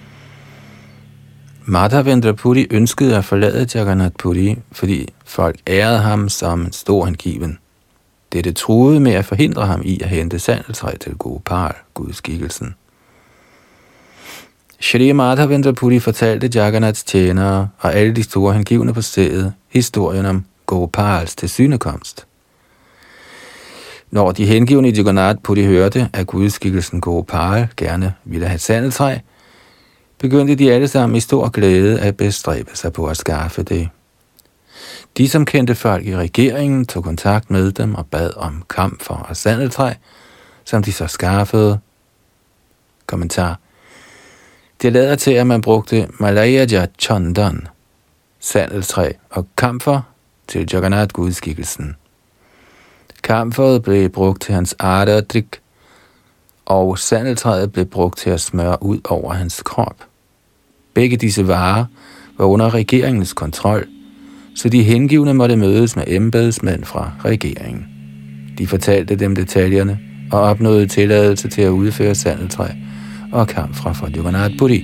Madhavendra Puri ønskede at forlade Jagannath Puri, fordi folk ærede ham som en stor hengiven. Dette truede med at forhindre ham i at hente sandeltræ til Gopal, gudskikkelsen. Shri Madhavendra Puri fortalte Jagannaths tjenere og alle de store hengivne på stedet historien om Gopals tilsynekomst. Når de hengivne i Jagannath Puri hørte, at gudskikkelsen Gopal gerne ville have sandeltræ, begyndte de alle sammen i stor glæde at bestræbe sig på at skaffe det. De, som kendte folk i regeringen, tog kontakt med dem og bad om kamfer og sandeltræ, som de så skaffede. Kommentar. Det lader til, at man brugte Malaya Chandan, sandeltræ og kamfer til Jagannath-gudskikkelsen. Kamferet blev brugt til hans ardadrik, og sandeltræet blev brugt til at smøre ud over hans krop. Begge disse varer var under regeringens kontrol, så de hengivne måtte mødes med embedsmænd fra regeringen. De fortalte dem detaljerne og opnåede tilladelse til at udføre sandeltræ og kamfrer fra Jagannath Puri.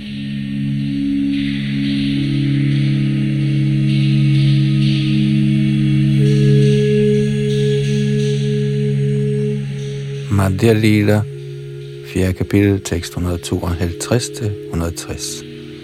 Madhya Lila, fjerde kapitel, tekst et hundrede tooghalvtreds til et hundrede tres.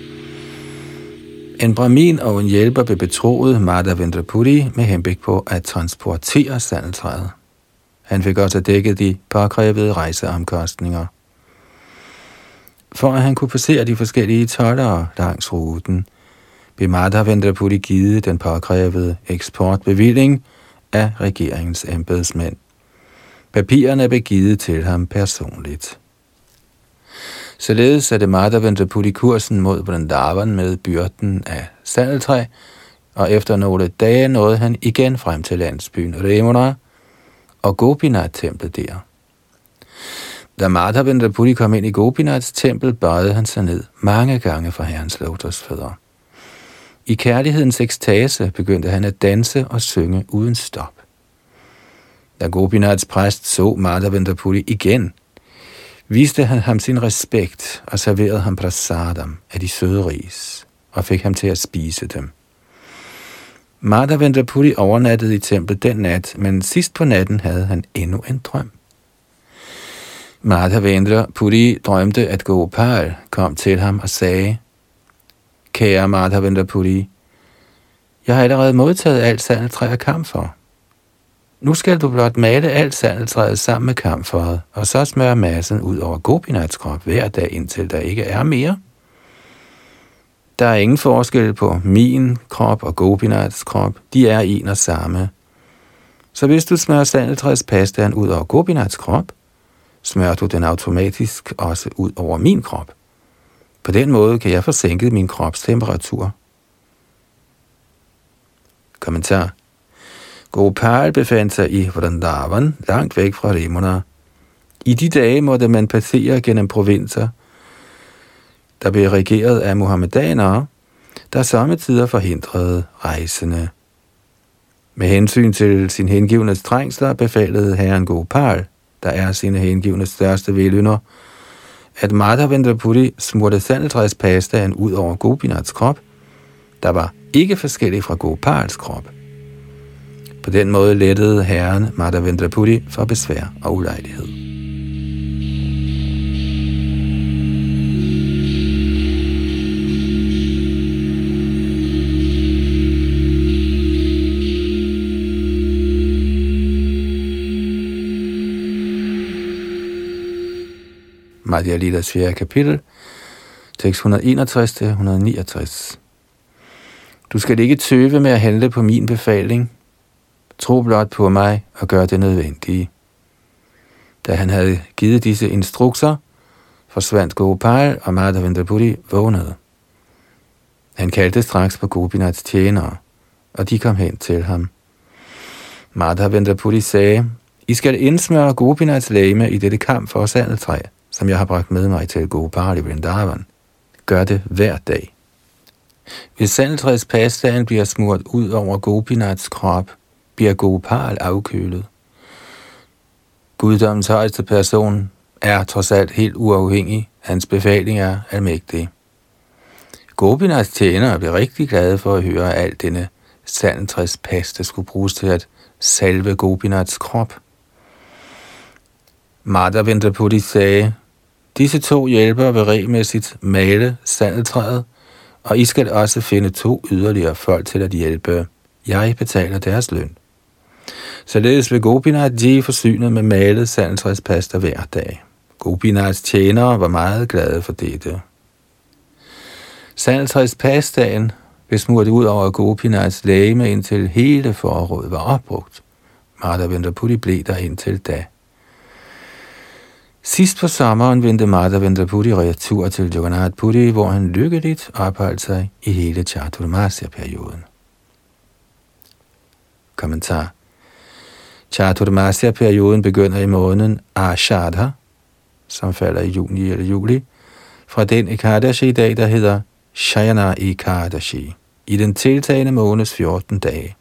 En brahmin og en hjælper blev betroet Madhavendra Puri med henblik på at transportere sandeltræet. Han fik også dækket de påkrævede rejseomkostninger. For at han kunne passere de forskellige toldere langs ruten, blev Madhavendra Puri givet den påkrævede eksportbevilling af regeringens embedsmænd. Papirerne blev givet til ham personligt. Således satte Madhavendra Puri kursen mod Vrindavan med byrden af sandeltræ, og efter nogle dage nåede han igen frem til landsbyen Remuna og Gopinath-templet der. Da Madhavendra Puri kom ind i Gopinaths tempel, bøjede han sig ned mange gange for herrens lotusfødder. I kærlighedens ekstase begyndte han at danse og synge uden stop. Da Gopinaths præst så Madhavendra Puri igen, viste han ham sin respekt og serverede ham prasadam af de søde ris og fik ham til at spise dem. Madhavendra Puri overnattede i templet den nat, men sidst på natten havde han endnu en drøm. Madhavendra Puri drømte, at Gopal kom til ham og sagde: Kære Madhavendra Puri, jeg har allerede modtaget alt sandeltræ og kamfer. Nu skal du blot male alt sandeltræet sammen med kamferet, og så smøre massen ud over Gopinaths krop hver dag, indtil der ikke er mere. Der er ingen forskel på min krop og Gopinaths krop. De er en og samme. Så hvis du smører sandeltræets pastaen ud over Gopinaths krop, smører du den automatisk også ud over min krop. På den måde kan jeg få sænket min krops temperatur. Kommentar. Gopal befandt sig i Vrindavan, langt væk fra Remuna. I de dage måtte man passere gennem provinser, der blev regeret af muhammedanere, der sommetider forhindrede rejsende. Med hensyn til sin hengivnes trængsler befalede herren Gopal, der er sine hengivnes største velynder, at Madhavendra Puri smurte sandeltræspastaen ud over Gopinaths krop, der var ikke forskellig fra Gopals krop. På den måde lettede herren Madhavendra Puri for besvær og ulejlighed. Madhya Lilas fjerde kapitel, tekst et hundrede enogtres til et hundrede niogtres. Du skal ikke tøve med at handle på min befaling. Tro blot på mig og gør det nødvendige. Da han havde givet disse instrukser, forsvandt Gopal, og Madhavendra Puri vågnede. Han kaldte straks på Gopinaths tjenere, og de kom hen til ham. Madhavendra Puri sagde, I skal indsmøre Gopinaths legeme i dette kamp for sandeltræ, som jeg har bragt med mig til Gopal i Vrindavan. Gør det hver dag. Hvis sandeltræspastaen bliver smurt ud over Gopinaths krop, bliver Gopal afkølet. Guddommens højeste person er trods alt helt uafhængig. Hans befaling er almægtig. Gopinaths tjenere blev rigtig glade for at høre, at al denne sandeltræspaste skulle bruges til at salve Gopinaths krop. Madhavendra Puri sagde, disse to hjælper vil regelmæssigt male sandeltræet, og I skal også finde to yderligere folk til at hjælpe. Jeg betaler deres løn. Således vil Gopinath blive forsynet med malet sandeltræspasta hver dag. Gopinaths tjenere var meget glade for dette. Sandeltræspastaen blev smurt ud over Gopinaths legeme, indtil hele foråret var opbrugt. Madhavendra Puri blev der indtil da. Sidst på sommeren vendte Madhavendra Puri retur til Jagannath Puri, hvor han lykkeligt opholdt sig i hele Chaturmasya-perioden. Kommentar. Chaturmasya-perioden begynder i måneden Ashadha, som falder i juni eller juli, fra den Ekadashi-dag, der hedder Shayana Ekadashi, i den tiltagende måneds fjorten dage.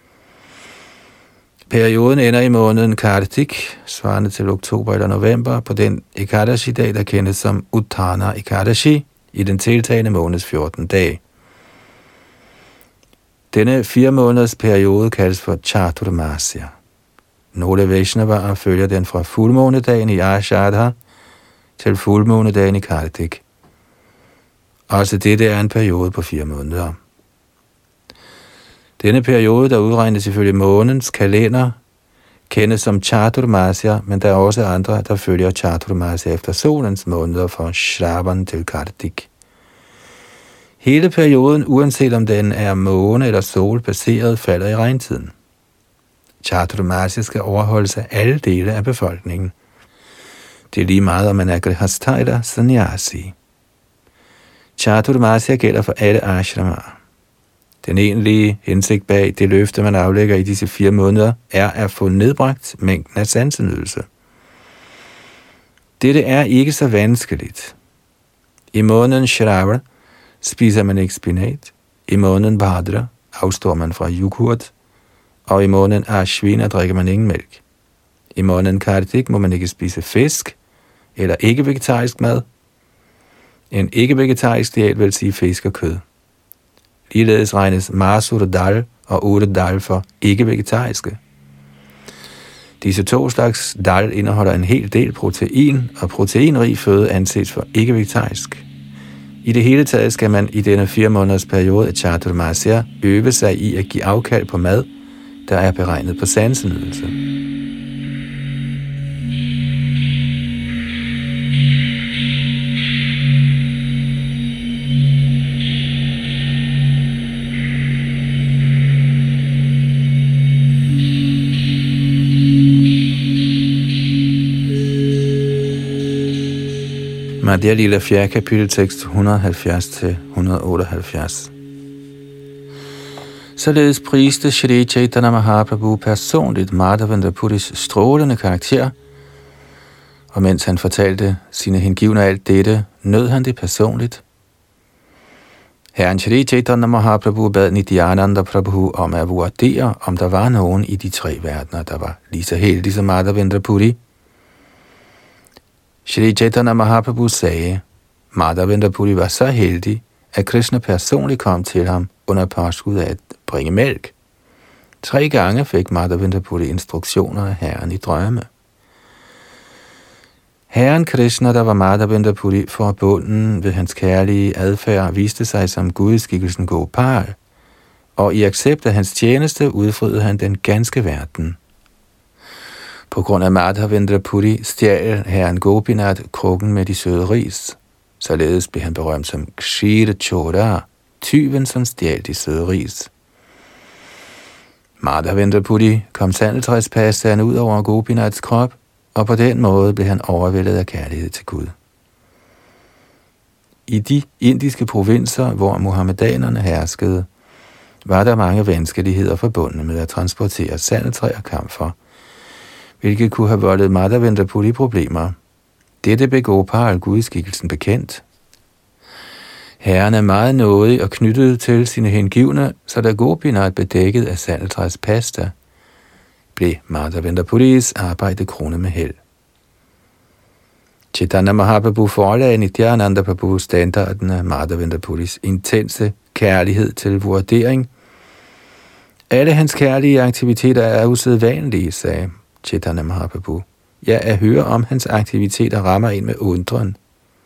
Perioden ender i måneden Kartik, svarende til oktober eller november, på den Ekadashi-dag, der kendes som Uttana Ekadashi, i den tiltagende måneds fjorten dage. Denne fire måneders periode kaldes for Chaturmasya. Nogle Vaishnavaer følger den fra fuldmånedagen i Ashadha til fuldmånedagen i Kartik. Også dette er en periode på fire måneder. Denne periode, der udregnes ifølge månens kalender, kendes som Chaturmasya, men der er også andre, der følger Chaturmasya efter solens måneder fra Shravan til Kartik. Hele perioden, uanset om den er måne- eller solbaseret, falder i regntiden. Chaturmasya skal overholdes af alle dele af befolkningen. Det er lige meget, om man er grihastha eller sannyasi. Chaturmasya gælder for alle ashramaer. Den egentlige hensigt bag det løfte, man aflægger i disse fire måneder, er at få nedbragt mængden af sansenydelse. Dette er ikke så vanskeligt. I måneden Shravan spiser man ikke spinat, i måneden Bhadra afstår man fra yoghurt, og i måneden Ashvina drikker man ingen mælk. I måneden Kartik må man ikke spise fisk eller ikke-vegetarisk mad. En ikke-vegetarisk diæt vil sige fisk og kød. Ligeledes regnes masur dal og urd dal for ikke-vegetariske. Disse to slags dal indeholder en hel del protein, og proteinrig føde anses for ikke-vegetarisk. I det hele taget skal man i denne fire måneders periode af Chaturmasya øve sig i at give afkald på mad, der er beregnet på sansenydelse. Madhya Lila fjerde kapitel, tekst et hundrede og halvfjerds til et hundrede og otteoghalvfjerds. Således priste Shri Chaitanya Mahaprabhu personligt Madhavendra Puris strålende karakter, og mens han fortalte sine hengivne alt dette, nød han det personligt. Herren Shri Chaitanya Mahaprabhu bad Nityananda Prabhu om at vurdere, om der var nogen i de tre verdener, der var lige så heldige som Madhavendra Puri. Shri Chaitanya Mahaprabhu sagde, Madhavendra Puri var så heldig, at Krishna personligt kom til ham under påskud af at bringe mælk. Tre gange fik Madhavendra Puri instruktioner af herren i drømme. Herren Krishna, der var Madhavendra Puri forbunden ved hans kærlige adfærd, viste sig som gudskikkelsen Gopal, og i accept af hans tjeneste udfriede han den ganske verden. På grund af Madhavendra Puri stjal herren Gopinath krukken med de søde ris. Således blev han berømt som Kshira Chora, tyven som stjal de søde ris. Madhavendra Puri kom sandeltræspastaen ud over Gopinaths krop, og på den måde blev han overvældet af kærlighed til Gud. I de indiske provinser, hvor muhammedanerne herskede, var der mange vanskeligheder forbundet med at transportere sandeltræ og kamfer, hvilket kunne have voldet Madhavendra Puri problemer. Dette blev Gopal gudskikkelsen bekendt. Herren er meget nådig og knyttet til sine hengivne, så da Gopinath blev dækket af sandeltræs pasta, blev Madhavendra Puris arbejde kronet med held. Chaitanya Mahaprabhu forelagde Nityananda Prabhu standarden af Madhavendra Puris intense kærlighed til vurdering. Alle hans kærlige aktiviteter er usædvanlige, sagde Chaitanya Mahaprabhu. Ja, at høre om hans aktiviteter rammer en med undren.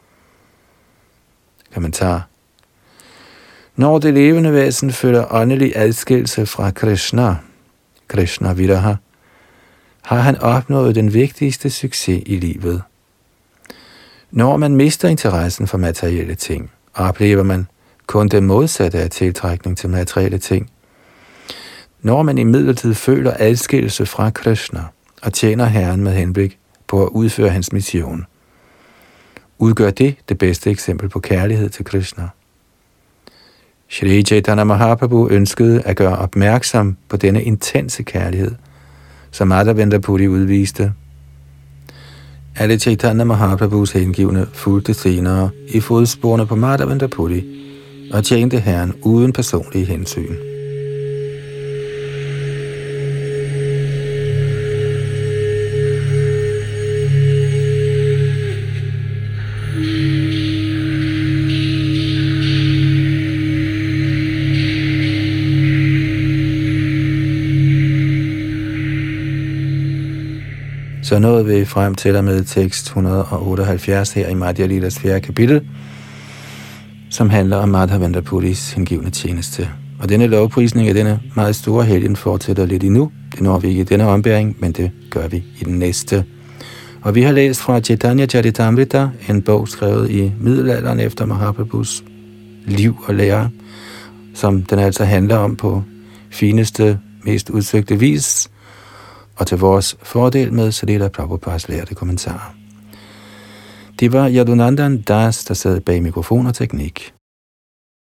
Kommentar. Når det levende væsen føler åndelig adskillelse fra Krishna, Krishna Viraha, har han opnået den vigtigste succes i livet. Når man mister interessen for materielle ting, oplever man kun det modsatte af tiltrækning til materielle ting. Når man imidlertid føler adskillelse fra Krishna og tjener Herren med henblik på at udføre hans mission, udgør det det bedste eksempel på kærlighed til Krishna. Shri Chaitanya Mahaprabhu ønskede at gøre opmærksom på denne intense kærlighed, som Madhavendra Puri udviste. Alle Chaitanya Mahaprabhus hengivne fulgte senere i fodsporene på Madhavendra Puri og tjente Herren uden personlige hensyn. Så nåede vi frem til og med tekst et hundrede og otteoghalvfjerds her i Madhya Lilas fjerde kapitel, som handler om Madhavendra Puris hengivne tjeneste. Og denne lovprisning af denne meget store helgen fortsætter lidt endnu. Det når vi ikke i denne ombæring, men det gør vi i den næste. Og vi har læst fra Chaitanya Charitamrita, en bog skrevet i middelalderen efter Mahaprabhus liv og lære, som den altså handler om på fineste, mest udsøgte vis, og til vores fordel med Srila Prabhupads lærte kommentarer. Det var Yadunandan Das, der sad bag mikrofon og teknik.